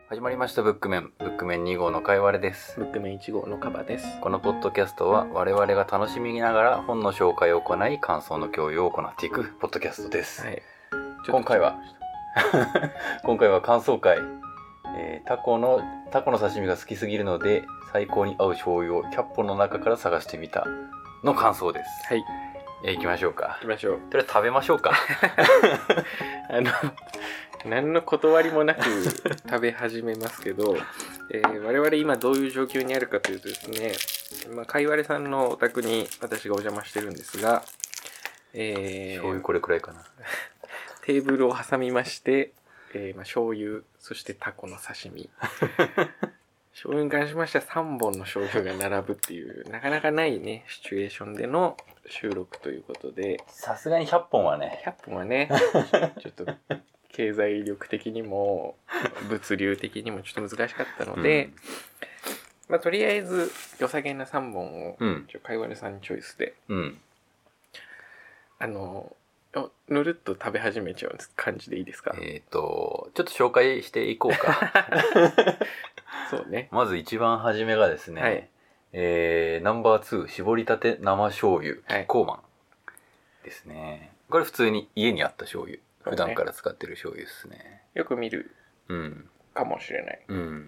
始まりましたブックメン2号のかいわれです。 ブックメン1号のカバです。 このポッドキャストは我々が楽しみながら本の紹介を行い感想の共有を行っていくポッドキャストです。 はい、 今回は感想会、タコの刺身が好きすぎるので最高に合う醤油を100本の中から探してみたの感想です。 はい、 行きましょうか。 行きましょう。 とりあえず食べましょうか。 何の断りもなく食べ始めますけど、我々今どういう状況にあるかというとですね、かいわれさんのお宅に私がお邪魔してるんですが、 醤油これくらいかな。 テーブルを挟みまして、醤油、そしてタコの刺身。醤油に関しましては3本の醤油が並ぶっていうなかなかないねシチュエーションでの収録ということで、 さすがに100本はねちょっと経済力的にも物流的にもちょっと難しかったので、とりあえず良さげな3本をかいわれさんにチョイスで、ぬるっと食べ始めちゃう感じでいいですか？ ちょっと紹介していこうか。 そうね。 まず一番初めがですね、 はい、 ナンバー2絞りたて生醤油キッコーマンですね。これ普通に家にあった醤油、普段から使ってる醤油ですね。 よく見るかもしれない。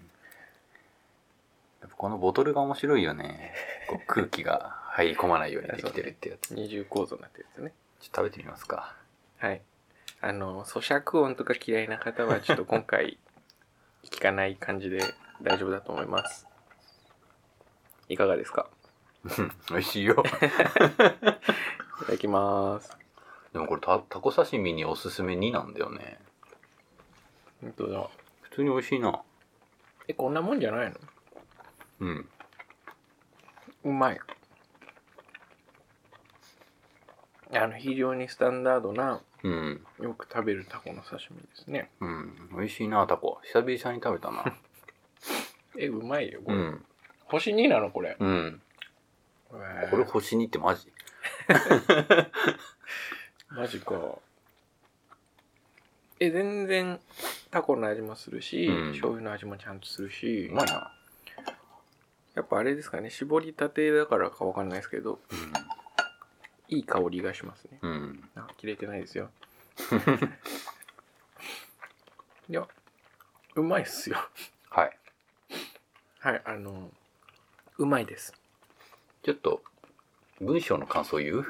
やっぱこのボトルが面白いよね。こう空気が入り込まないようにできてるってやつ。 二重構造になってるやつね。 ちょっと食べてみますか。 はい。咀嚼音とか嫌いな方はちょっと今回聞かない感じで大丈夫だと思います。いかがですか？ 美味しいよ。 いただきます。 でもこれタコ刺身におすすめ2なんだよね。 本当だ。 普通に美味しいな。 こんなもんじゃないの？うまい。非常にスタンダードな、よく食べるタコの刺身ですね。 美味しいなタコ。久々に食べたな。 うまいよこれ。星2なのこれ。 これ星2ってマジ？ マジか。全然タコの味もするし、醤油の味もちゃんとするし、 うまいな。 やっぱあれですかね、絞りたてだからかわかんないですけど、いい香りがしますね。切れてないですよ。いや、うまいっすよ。はい。はい、うまいです。 ちょっと文章の感想言う？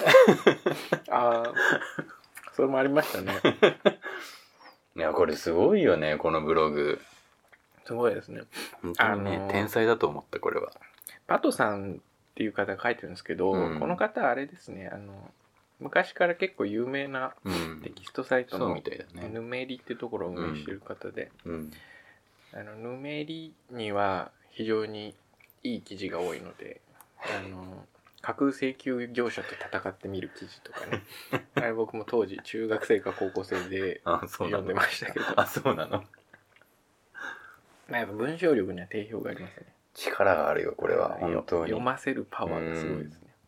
それもありましたね。 いやこれすごいよね、このブログ。 すごいですね。 本当にね、天才だと思った。これはパトさんっていう方が書いてるんですけど、この方あれですね、昔から結構有名なテキストサイトのヌメリってところを運営してる方で、ヌメリには非常にいい記事が多いので、架空請求業者と戦ってみる記事とかね。あれ僕も当時中学生か高校生で読んでましたけど。 そうなの。 やっぱ文章力には定評がありますね。 力があるよこれは。本当に読ませるパワーがすごいですね。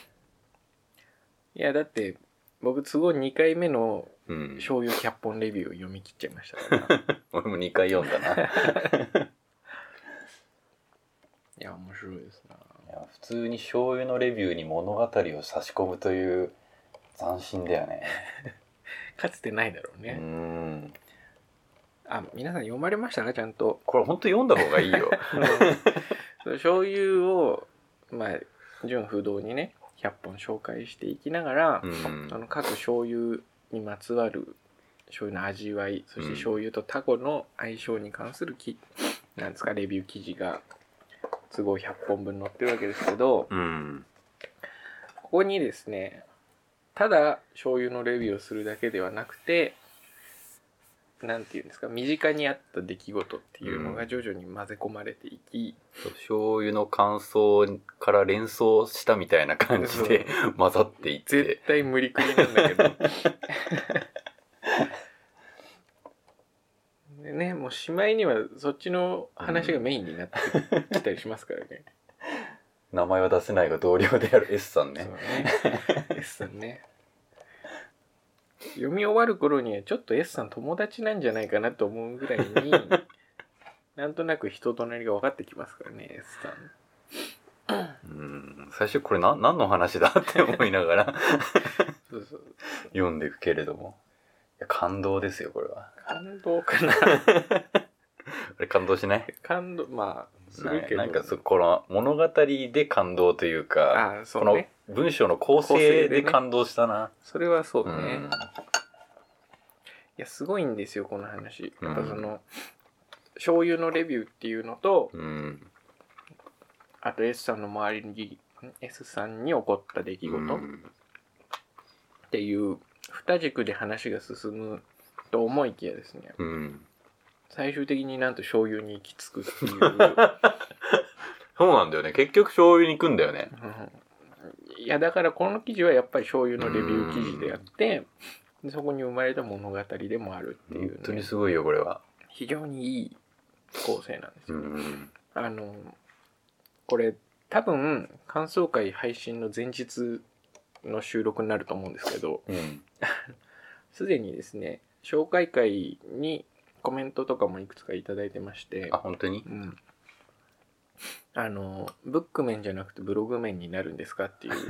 いやだって僕都合2回目の醤油100本レビューを読み切っちゃいましたから。 俺も2回読んだな。 いや面白いですな。 いや普通に醤油のレビューに物語を差し込むという斬新だよね。 かつてないだろうね。皆さん読まれましたか？ちゃんと。 これ本当読んだ方がいいよ。 醤油を純不動にね100本紹介していきながら、各醤油にまつわる醤油の味わい、そして醤油とタコの相性に関するなんですかレビュー記事が都合100本分載ってるわけですけど、ここにですね、ただ醤油のレビューをするだけではなくて、なんていうんですか、身近にあった出来事っていうのが徐々に混ぜ込まれていき、 醤油の感想から連想したみたいな感じで混ざっていって、 絶対無理くりなんだけどでね、もうしまいにはそっちの話がメインになってきたりしますからね。 名前は出せないが同僚である S さんね。 そうね。S さんね。読み終わる頃にはちょっと S さん友達なんじゃないかなと思うぐらいになんとなく人となりが分かってきますからね S さ最初これ何の話だって思いながらそうそう読んでいくけれども、いや感動ですよこれは。 感動かなあれ感動しない？ 感動まあするけどなんかこの物語で感動というか、 そうね、 この文章の構成で感動したな。 それはそうね、いやすごいんですよこの話。やっぱその、醤油のレビューっていうのと、あと S さんの周りに S さんに起こった出来事っていう二軸で話が進むと思いきやですね、最終的になんと醤油に行き着くっていうそうなんだよね、結局醤油に行くんだよね。 いやだからこの記事はやっぱり醤油のレビュー記事であって、そこに生まれた物語でもあるっていう、ね、 本当にすごいよこれは。 非常にいい構成なんですよ、これ多分感想会配信の前日の収録になると思うんですけど、すでにですね紹介会にコメントとかもいくつかいただいてまして、 本当に、 ブック面じゃなくてブログ面になるんですかっていう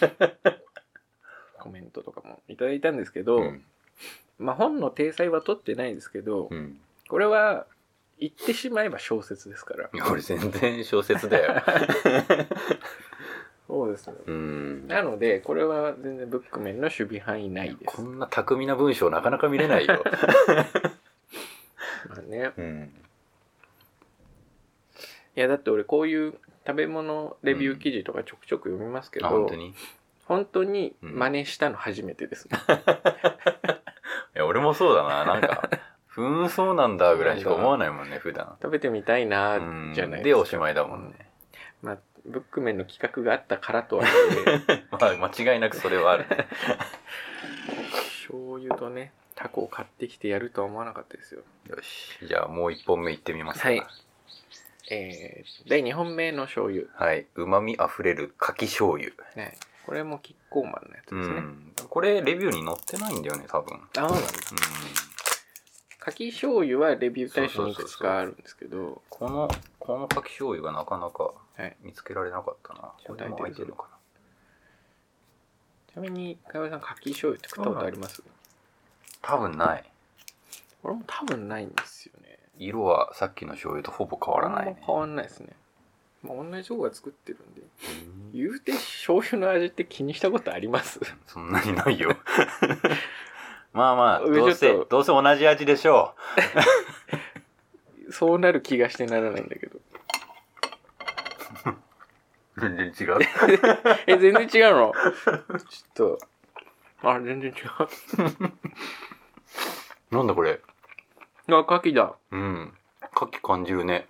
コメントとかもいただいたんですけど、まあ本の体裁は取ってないですけど、これは言ってしまえば小説ですから。 これ全然小説だよそうですね、なのでこれは全然ブック面の守備範囲内です。 こんな巧みな文章なかなか見れないよまあね、いやだって俺こういう食べ物レビュー記事とかちょくちょく読みますけど、本当に真似したの初めてですね、 いや俺もそうだな、なんかそうなんだぐらいしか思わないもんね普段。 食べてみたいなじゃないですか。 でおしまいだもんね。 まあブック面の企画があったからとはいえまあ間違いなくそれはあるね醤油とねタコを買ってきてやるとは思わなかったですよ。 よし、じゃあもう1本目いってみますか。 第2本目の醤油、 旨味あふれる牡蠣醤油、 これもキッコーマンのやつですね。 これレビューに載ってないんだよね多分。 そうなんだ。牡蠣醤油はレビュー対象にいくつかあるんですけど、 この牡蠣醤油がなかなか見つけられなかったな。これも入ってるのかな。 ちなみにかやばさん牡蠣醤油って食ったことあります？ 多分ない。 俺も多分ないんですよね。 色はさっきの醤油とほぼ変わらないね。 変わらないですね。まあ、同じ方が作ってるんで、言うて醤油の味って気にしたことあります？ そんなにないよまあまあどうせ同じ味でしょうそうなる気がしてならないんだけど全然違う全然違うの？ちょっと全然違うなんだこれ。 牡蠣だ。 牡蠣感じるね。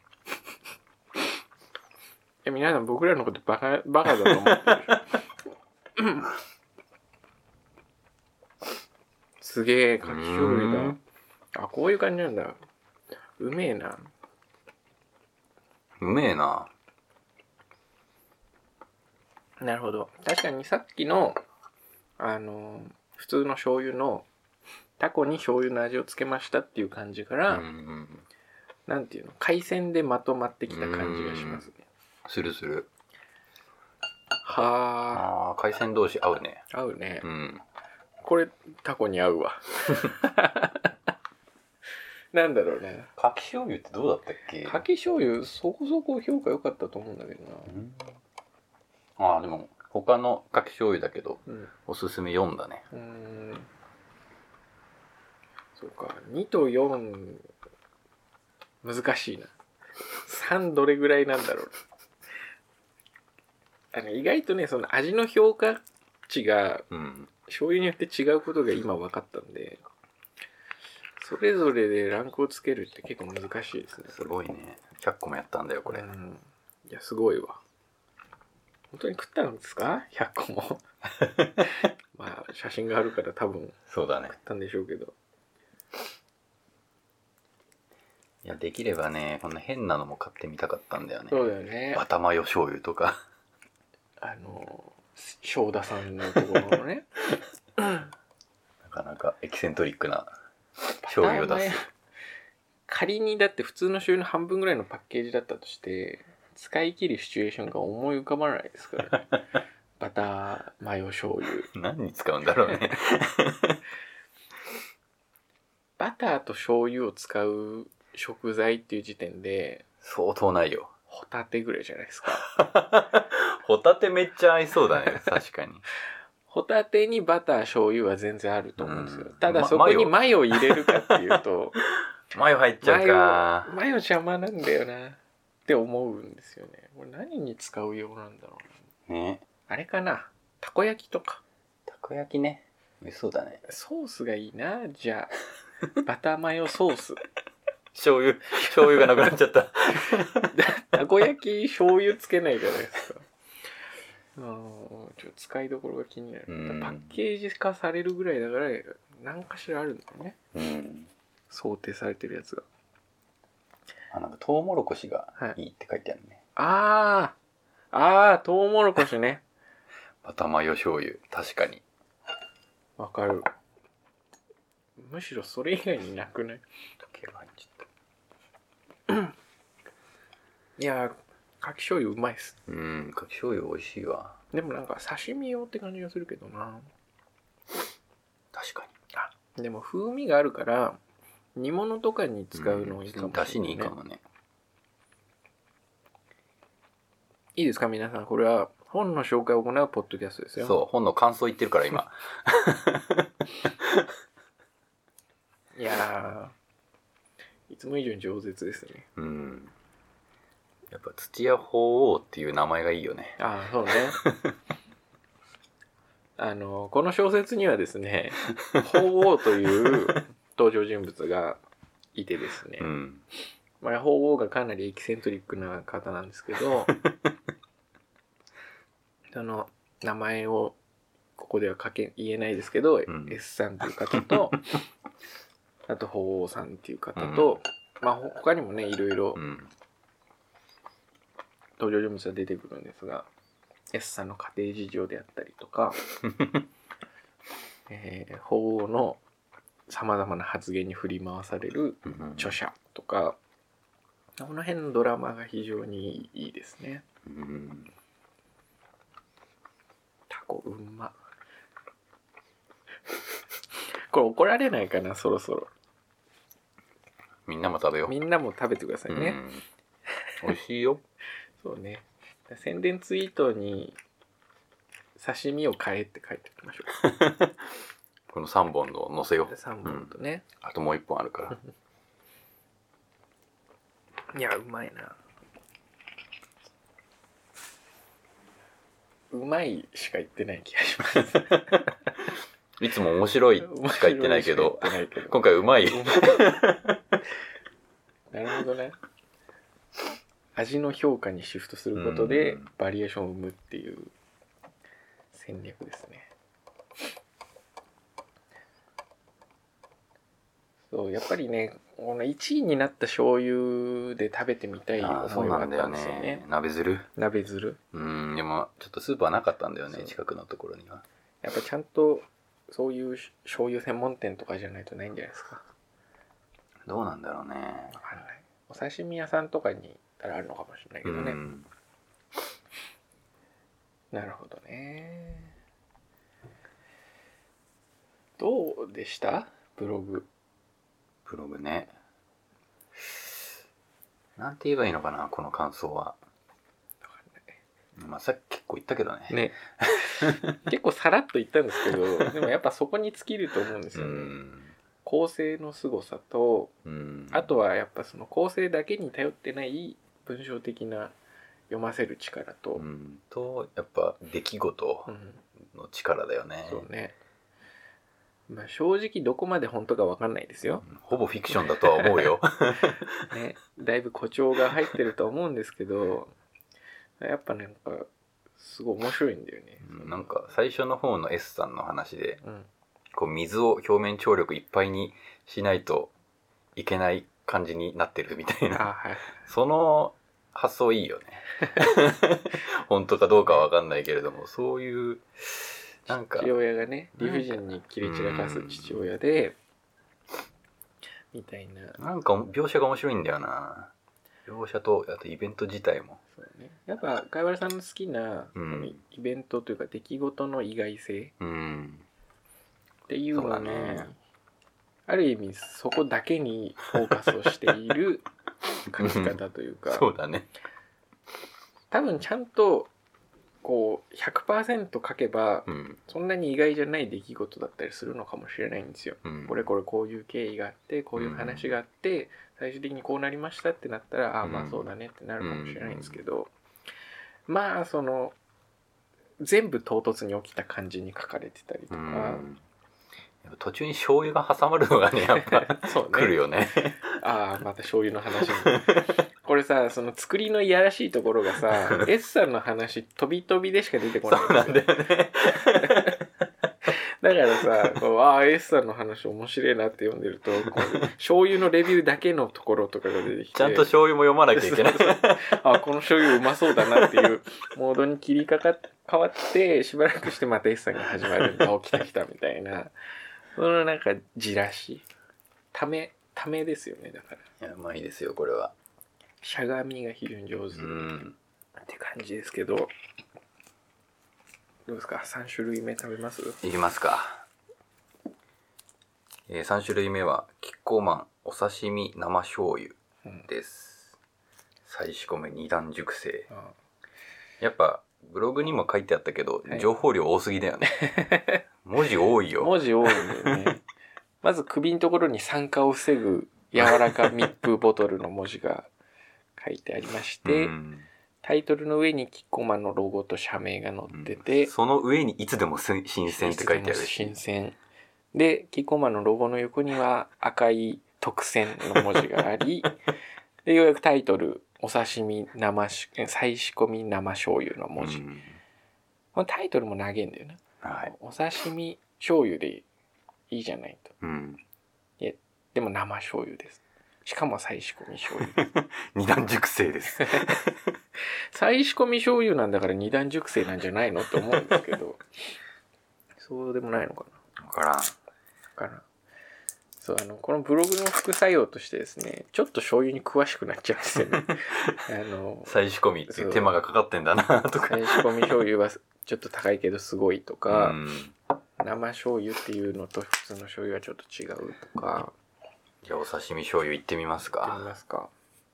皆さん僕らのことバカだと思ってるでしょすげえ牡蠣醤油だ。こういう感じなんだ。うめえな。なるほど。確かにさっきの普通の醤油のタコに醤油の味をつけましたっていう感じから、なんていうの、海鮮でまとまってきた感じがしますね。 する。 はあ。 海鮮同士合うね。 合うね。これタコに合うわ。なんだろうね。 牡蠣醤油ってどうだったっけ？ 牡蠣醤油そこそこ評価良かったと思うんだけどな。でも他の牡蠣醤油だけど、おすすめ4だね。 そうか、2と4難しいな。3どれぐらいなんだろう。意外とねその味の評価値が醤油によって違うことが今分かったんで、それぞれでランクをつけるって結構難しいですね。 すごいね。100個もやったんだよこれ。 いやすごいわ。本当に食ったんですか？100個も。まあ写真があるから多分そうだね。 食ったんでしょうけど。 いやできればねこんな変なのも買ってみたかったんだよね。 そうだよね。 バタマヨ醤油とか正田さんのところのねなかなかエキセントリックな醤油を出す。 仮にだって普通の醤油の半分ぐらいのパッケージだったとして使い切るシチュエーションが思い浮かばないですからね。バターマヨ醤油何に使うんだろうね。 バターと醤油を使う食材っていう時点で相当ないよ。 ホタテぐらいじゃないですか。 ホタテめっちゃ合いそうだね。確かに。 ホタテにバター醤油は全然あると思うんですよ。ただまそこにマヨ入れるかっていうとマヨ入っちゃうか。 マヨ邪魔なんだよなって思うんですよね。これ何に使うようなんだろうな。 ね。 あれかな、たこ焼きとか。 たこ焼きね。美味しそうだね。 ソースがいいな。じゃあバターマヨソース。 醤油がなくなっちゃった。 たこ焼き醤油つけないじゃないですか。ちょっと使いどころが気になる。パッケージ化されるぐらいだから何かしらあるんだよね。想定されてるやつが。 なんかトウモロコシがいいって書いてあるね。 ああ、トウモロコシね。 バタマヨ醤油、確かに。 わかる。むしろそれ以外になくない？ 毛が入っちゃった。いやー、かき醤油うまいっす。 かき醤油美味しいわ。 でもなんか刺身用って感じがするけどな。 確かに。でも風味があるから煮物とかに使うのいいかもしれない、ね。 出汁にいいかもね。 いいですか皆さん、これは本の紹介を行うポッドキャストですよ。 そう、本の感想言ってるから今。 いやー、いつも以上に饒舌ですね。 やっぱ土屋法皇っていう名前がいいよね。 ああ、そうね。この小説にはですね、法皇という登場人物がいてですね、法皇がかなりエキセントリックな方なんですけど、その名前をここでは言えないですけど、S さんという方と、あと法皇さんっていう方と、他にもね、いろいろ登場人物が出てくるんですが、S さんの家庭事情であったりとか、法皇のさまざまな発言に振り回される著者とか、この辺のドラマが非常にいいですね。タコうんま。これ怒られないかな、そろそろ。 みんなも食べよう。 みんなも食べてくださいね。 美味しいよ。 そうね。宣伝ツイートに刺身を買えって書いておきましょう。 この3本の乗せよう。 3本とね、 あともう1本あるから。 いや、うまいな。うまいしか言ってない気がします。 いつも面白いしか言ってないけど、今回うまい。 なるほどね。味の評価にシフトすることでバリエーションを生むっていう戦略ですね。そう、やっぱりね、この1位になった醤油で食べてみたい思いがあったんですよね。 鍋汁。でもちょっとスーパーなかったんだよね、近くのところには。 やっぱちゃんとそういう醤油専門店とかじゃないとないんじゃないですか。 どうなんだろうね。 わかんない。お刺身屋さんとかに行ったらあるのかもしれないけどね。なるほどね。どうでした？ブログね。なんて言えばいいのかな、この感想は。さっき結構言ったけどね。 結構さらっと言ったんですけど、でもやっぱそこに尽きると思うんですよね。構成の凄さと、あとはやっぱその構成だけに頼ってない文章的な読ませる力と、 やっぱ出来事の力だよね。 そうね。正直どこまで本当か分かんないですよ。 ほぼフィクションだとは思うよ。 ね、だいぶ誇張が入ってると思うんですけど、やっぱなんかすごい面白いんだよね。 なんか最初の方の S さんの話で、こう水を表面張力いっぱいにしないといけない感じになってるみたいな、その発想いいよね。本当かどうかは分かんないけれども、そういうなんか父親がね、理不尽に切り散らかす父親で、 みたいな。 なんか描写が面白いんだよな。描写とあとイベント自体も。 そうね。やっぱ貝原さんの好きな、 うん、 イベントというか出来事の意外性っていうのね、ある意味そこだけにフォーカスをしている書き方というかそうだね。 多分ちゃんとこう 100% 書けば、そんなに意外じゃない出来事だったりするのかもしれないんですよ、これこういう経緯があってこういう話があって、最終的にこうなりましたってなったら、ああまあそうだねってなるかもしれないんですけど、まあその全部唐突に起きた感じに書かれてたりとか、 途中に醤油が挟まるのがねやっぱそう、ね、来るよね。 ああまた醤油の話にこれさ、その作りのいやらしいところがさS さんの話飛び飛びでしか出てこないんですよ。そうなんだよねだからさ、ああ S さんの話面白いなって読んでると醤油のレビューだけのところとかが出てきて、 ちゃんと醤油も読まなきゃいけないあこの醤油うまそうだなっていうモードに変わってしばらくしてまた S さんが始まるんだ、来たみたいな、そのなんかじらしためですよね。だからいやうまいですよこれは。 しゃがみが非常に上手って感じですけど、どうですか、3種類目食べます？ いきますか。3種類目はキッコーマンお刺身生醤油です、再仕込み2段熟成。やっぱブログにも書いてあったけど、情報量多すぎだよね文字多いよ。 文字多いんだよねまず首のところに酸化を防ぐ柔らか密封ボトルの文字が書いてありまして、タイトルの上にキッコーマンのロゴと社名が載ってて、 その上にいつでも新鮮って書いてあるし、 新鮮でキッコーマンのロゴの横には赤い特選の文字がありでようやくタイトルお刺身再仕込み生醤油の文字、このタイトルも長いんだよね、お刺身醤油でいいじゃないと、いやでも生醤油です、しかも再仕込み醤油二段熟成です再仕込み醤油なんだから二段熟成なんじゃないのって思うんですけどそうでもないのかな、 分からん。 そうこのブログの副作用としてですね、ちょっと醤油に詳しくなっちゃうんですよね再仕込みっていう手間がかかってんだなとか、 再仕込み醤油はちょっと高いけどすごいとか、生醤油っていうのと普通の醤油はちょっと違うとか。 じゃあお刺身醤油いってみますか。 いってみますか。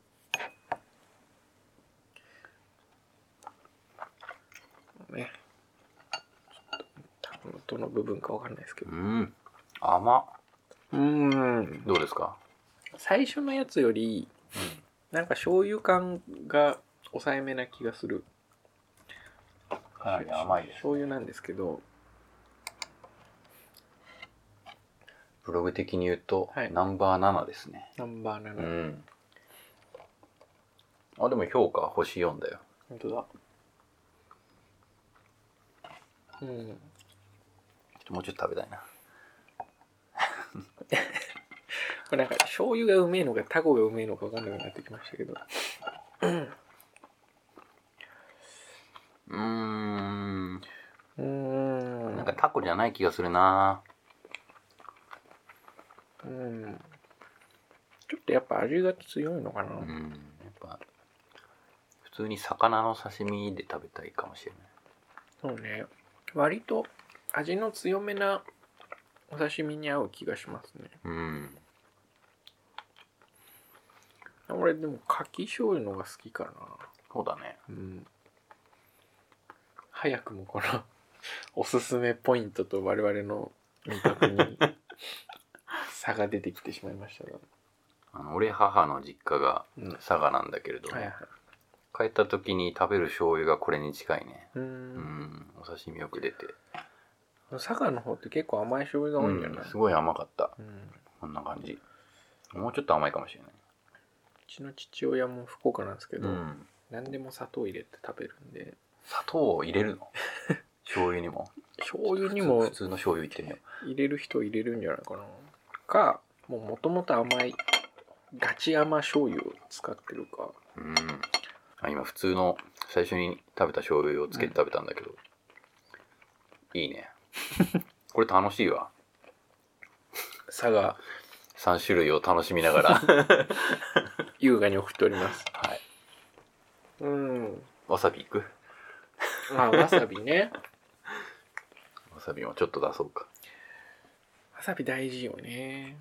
ね。ちょっとどの部分かわかんないですけど。 甘っ。どうですか？ 最初のやつより、なんか醤油感が抑えめな気がする。 かなり甘いです、ね。 醤油なんですけど、 ブログ的に言うと、ナンバー7ですね。 ナンバー7。 あ、でも評価星4だよ。 本当だ。 もうちょっと食べたいな。 なんか醤油がうめえのかタコがうめえのか分かんなくなってきましたけど。 なんかタコじゃない気がするな。 ちょっとやっぱ味が強いのかな。 やっぱ普通に魚の刺身で食べたいかもしれない。 そうね。割と味の強めなお刺身に合う気がしますね。俺でもかき醤油のが好きかな。 そうだね。 早くもこのおすすめポイントと我々の味覚に差が出てきてしまいましたが、 俺母の実家が佐賀なんだけれども、帰った時に食べる醤油がこれに近いね。お刺身よく出て。 佐賀の方って結構甘い醤油が多いんじゃない？ すごい甘かった。こんな感じ。もうちょっと甘いかもしれない。うちの父親も福岡なんですけど、何でも砂糖入れて食べるんで。 砂糖を入れるの？醤油にも。 醤油にも普通の醤油いってみよう。入れる人入れるんじゃないかな。かもともと甘いガチ甘醤油を使ってるか。 今普通の最初に食べた醤油をつけて食べたんだけど、いいね。これ楽しいわ。 佐賀 3種類を楽しみながら優雅に送っております。 はい。 うん。 わさびいく？ まあわさびね。 わさびもちょっと出そうか。 わさび大事よね。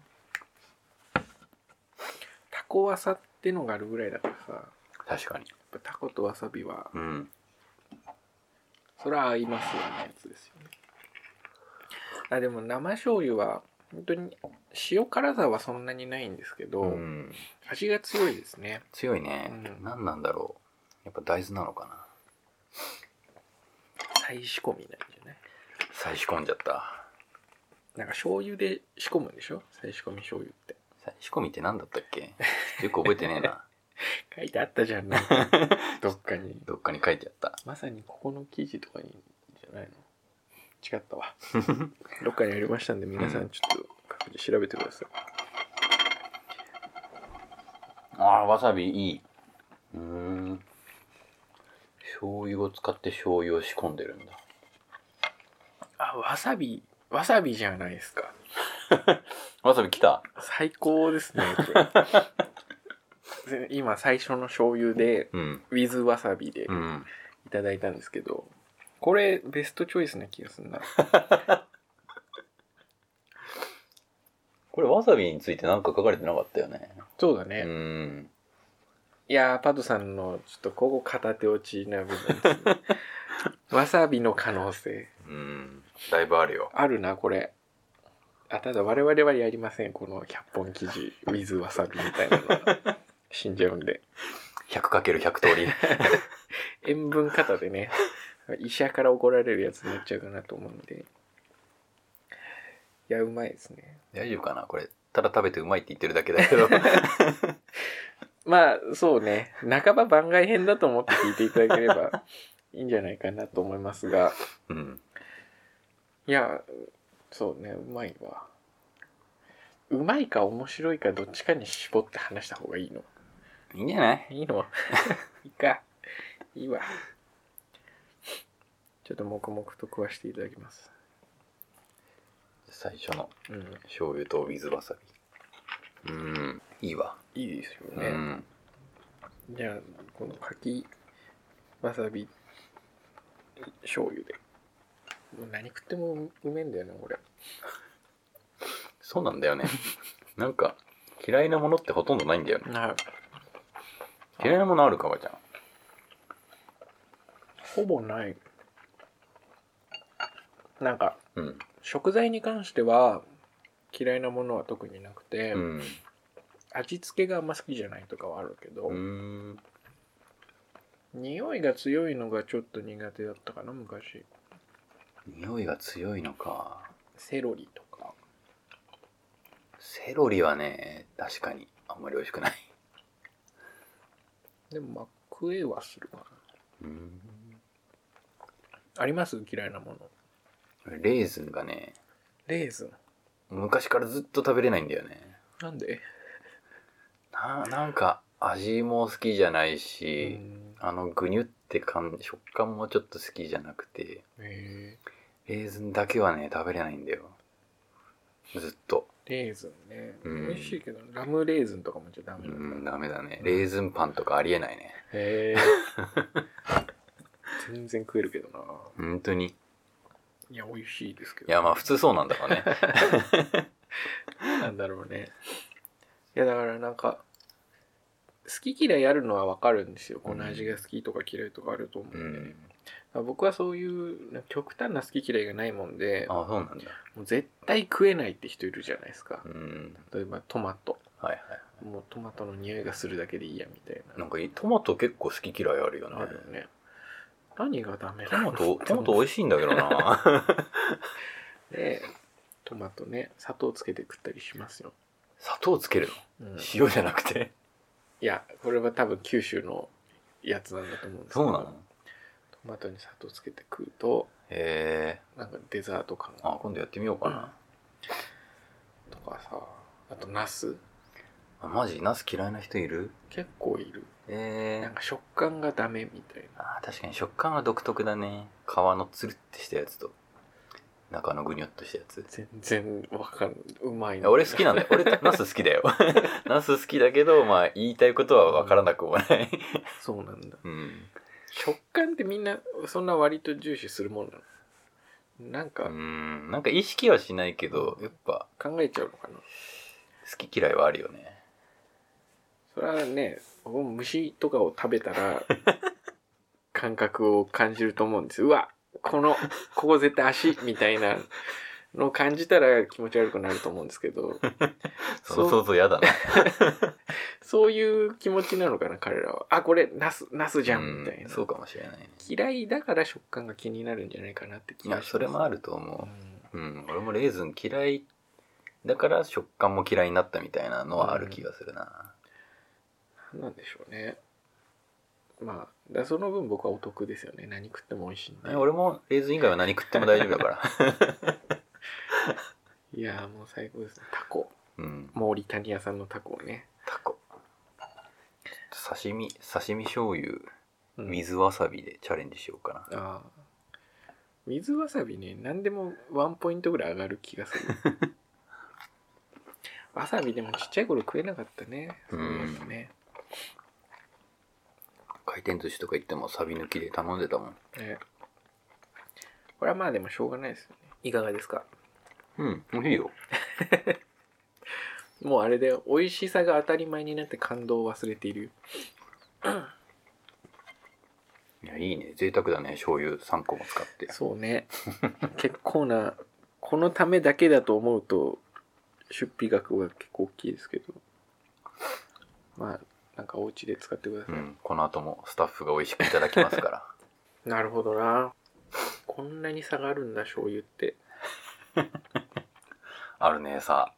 タコわさってのがあるぐらいだからさ。 確かに。 やっぱタコとわさびは、 うん。 それは合いますよねやつですよね。あ、でも生醤油は本当に塩辛さはそんなにないんですけど、 うん、 味が強いですね。 強いね。 うん、 何なんだろう。やっぱ大豆なのかな。 再仕込みなんじゃない？ 再仕込んじゃった。 なんか醤油で仕込むんでしょ？再仕込み醤油って。 再仕込みって何だったっけ？よく覚えてねえな。 書いてあったじゃん、なんかどっかに。 どっかに書いてあった。 まさにここの記事とかにじゃないの？違ったわ。どっかにありましたんで、皆さんちょっと各自調べてください。 ああ、わさびいい。醤油を使って醤油を仕込んでるんだ。 あ、わさびじゃないですか。 わさび来た。 最高ですね、これ。今最初の醤油で、ウィズわさびでいただいたんですけど、これベストチョイスな気がするな。 これわさびについて何か書かれてなかったよね。 そうだね。いやー、パドさんのちょっとここ片手落ちな部分ですね。わさびの可能性。 だいぶあるよ。 あるな、これ。あ、ただ我々はやりません。この100本記事、ウィズわさびみたいなのは。死んじゃうんで。 100×100 通り。 塩分過多でね、医者から怒られるやつになっちゃうかなと思うんで。いや、うまいですね。 大丈夫かなこれ。ただ食べてうまいって言ってるだけだけど。 まあ、そうね。半ば番外編だと思って聞いていただければいいんじゃないかなと思いますが。いや、そうね、うまいわ。うまいか面白いかどっちかに絞って話した方がいいの？ いいんじゃない？ いいの？いいか。いいわ。ちょっと黙々と食わしていただきます。 最初の醤油と水わさび。いいわ。 いいですよね。じゃあこの柿わさび醤油で。もう何食ってもうめえんだよね、俺。 そうなんだよね。なんか嫌いなものってほとんどないんだよね。嫌いなものあるかばちゃん？ ほぼない。なんか、食材に関しては嫌いなものは特になくて、味付けがあんま好きじゃないとかはあるけど、匂いが強いのがちょっと苦手だったかな、昔。 匂いが強いのか。 セロリとか。 セロリはね、確かにあんまり美味しくない。 でもまあ食えはするかな。あります？嫌いなもの。 レーズンがね。 レーズン。 昔からずっと食べれないんだよね。 なんで？ なんか味も好きじゃないし、グニュって食感もちょっと好きじゃなくて、レーズンだけはね食べれないんだよ。ずっと。 レーズンね、美味しいけどラムレーズンとかもじゃダメなんだ。 ダメだね。レーズンパンとかありえないね。 全然食えるけどな。 本当に。 いや美味しいですけど。 いやまあ普通そうなんだろうね。 なんだろうね。いやだからなんか好き嫌いあるのは分かるんですよ。この味が好きとか嫌いとかあると思うんでね。僕はそういう極端な好き嫌いがないもんで。 あ、そうなんだ。 もう絶対食えないって人いるじゃないですか。例えばトマト。もうトマトの匂いがするだけでいいやみたいな。 なんかトマト結構好き嫌いあるよね。 あるよね。何がダメなの？ トマト美味しいんだけどな。 でトマトね、砂糖つけて食ったりしますよ。 砂糖つけるの？塩じゃなくて？ いやこれは多分九州のやつなんだと思うんですけど。 そうなの？ トマトに砂糖つけて食うと、なんかデザート感が。 今度やってみようかな。 とかさ、あとナス。 マジナス嫌いな人いる？ 結構いる。なんか食感がダメみたいな。 確かに食感は独特だね。皮のつるってしたやつと。 中のぐにょっとしたやつ。 全然わかんない。うまいな。俺好きなんだよ。俺ナス好きだよ。ナス好きだけど、まあ言いたいことはわからなくもない。 そうなんだ。 うん。 食感ってみんなそんな割と重視するもんなの？ なんか意識はしないけど、やっぱ考えちゃうのかな。 好き嫌いはあるよね。 それはね、僕も虫とかを食べたら感覚を感じると思うんですよ。うわ、ここ絶対足みたいなのを感じたら気持ち悪くなると思うんですけどその想像やだな。 そういう気持ちなのかな、彼らは。あ、これナスじゃんみたいな。 そうかもしれないね。 嫌いだから食感が気になるんじゃないかなって気がします。 いや、それもあると思う。俺もレーズン嫌いだから食感も嫌いになったみたいなのはある気がするな。 なんでしょうね。まあその分僕はお得ですよね。何食っても美味しいんで。 俺もレーズン以外は何食っても大丈夫だからいやもう最高ですね。タコ、モーリタニア産のタコをね。 タコ刺身醤油、水わさびでチャレンジしようかな。 水わさびね、何でもワンポイントぐらい上がる気がするわさびでもちっちゃい頃食えなかったね。そういうのね。 回転寿司とか行ってもサビ抜きで頼んでたもん。 これはまあでもしょうがないですよね。いかがですか？ 美味しいよ。 もうあれで美味しさが当たり前になって感動を忘れている。 いや、いいね。贅沢だね。醤油3個も使って。 そうね。結構な、このためだけだと思うと出費額は結構大きいですけど、まあなんかお家で使ってください。 この後もスタッフが美味しくいただきますからなるほどな。こんなに差があるんだ、醤油ってあるね。さ、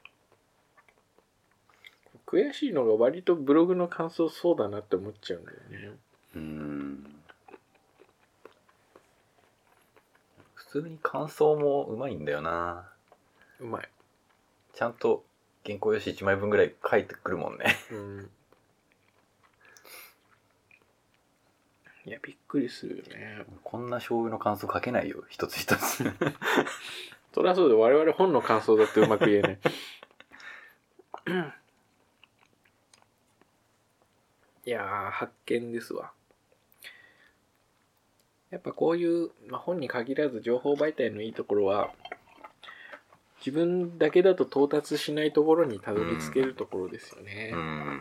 悔しいのが割とブログの感想そうだなって思っちゃうんだよね。 普通に感想もうまいんだよな。 うまい。 ちゃんと原稿用紙1枚分ぐらい書いてくるもんね。 いやびっくりするよね。 こんな醤油の感想書けないよ、一つ一つそりゃそうで、我々本の感想だってうまく言えないいやー発見ですわ。やっぱこういう、本に限らず情報媒体のいいところは、自分だけだと到達しないところにたどり着けるところですよね。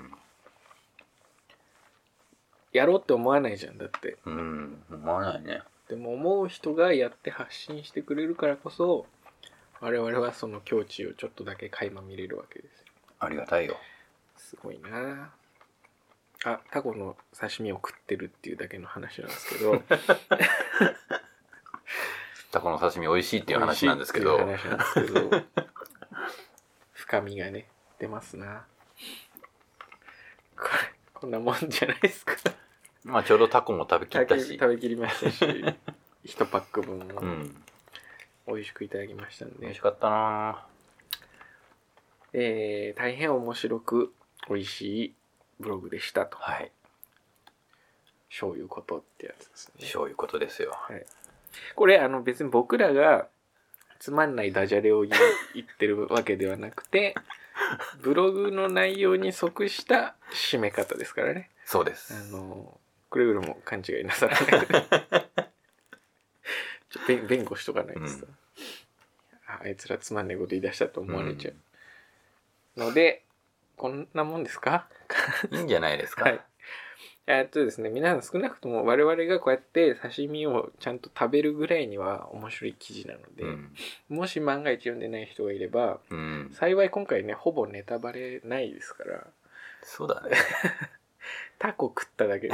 やろうって思わないじゃん、だって。 思わないね。 でも思う人がやって発信してくれるからこそ、我々はその境地をちょっとだけ垣間見れるわけですよ。 ありがたいよ。 すごいなあ。タコの刺身を食ってるっていうだけの話なんですけどタコの刺身美味しいっていう話なんですけど深みがね出ますな。こんなもんじゃないですか。 まあちょうどタコも食べきったし、 食べきりましたし1パック分も美味しくいただきましたんで、 美味しかったな。 大変面白く美味しいブログでしたと。醤油ことってやつですね。 醤油ことですよ。 これ別に僕らがつまんないダジャレを言ってるわけではなくてブログの内容に即した締め方ですからね。 そうです。 くれぐれも勘違いなさらない弁護しとかないです、あいつらつまんないこと言い出したと思われちゃう、のでこんなもんですかいいんじゃないですか。 ですね、皆さん少なくとも我々がこうやって刺身をちゃんと食べるぐらいには面白い記事なので、もし万が一読んでない人がいれば、幸い今回ねほぼネタバレないですから。 そうだねタコ食っただけで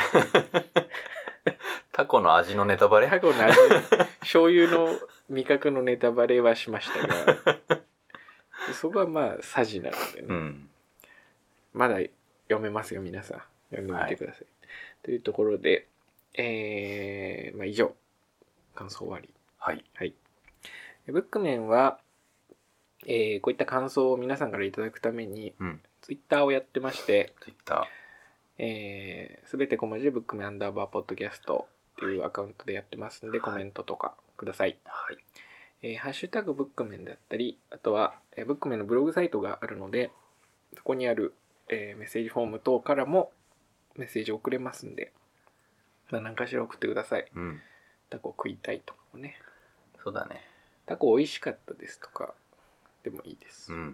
タコの味のネタバレ、 タコの味醤油の味覚のネタバレはしましたがそこはまあサジなのでね、まだ読めますよ、皆さん読んでみてください、というところで、以上感想終わり。ブックメンは、こういった感想を皆さんからいただくために、ツイッターをやってまして、すべて小文字でブックメン&ポッドキャストっていうアカウントでやってますので、コメントとかください。 ハッシュタグブックメンだったり、あとは、ブックメンのブログサイトがあるので、そこにある、メッセージフォーム等からもメッセージ送れますんで、何かしら送ってください。タコ食いたいとかもね。 そうだね。 タコ美味しかったですとかでもいいです。はい。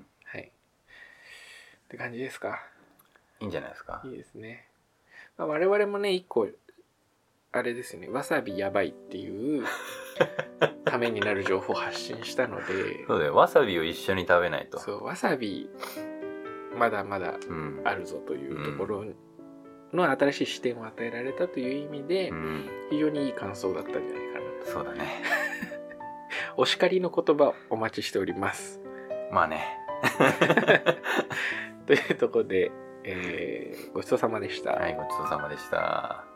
って感じですか。 いいんじゃないですか。 いいですね。我々もね、一個あれですよね、わさびやばいっていうためになる情報を発信したので、 そうだよ、わさびを一緒に食べないと。 そう、わさびまだまだあるぞというところの新しい視点を与えられたという意味で、非常にいい感想だったんじゃないかな。 そうだね。 お叱りの言葉お待ちしております。 まあね。 というところで、ごちそうさまでした。 はい、ごちそうさまでした。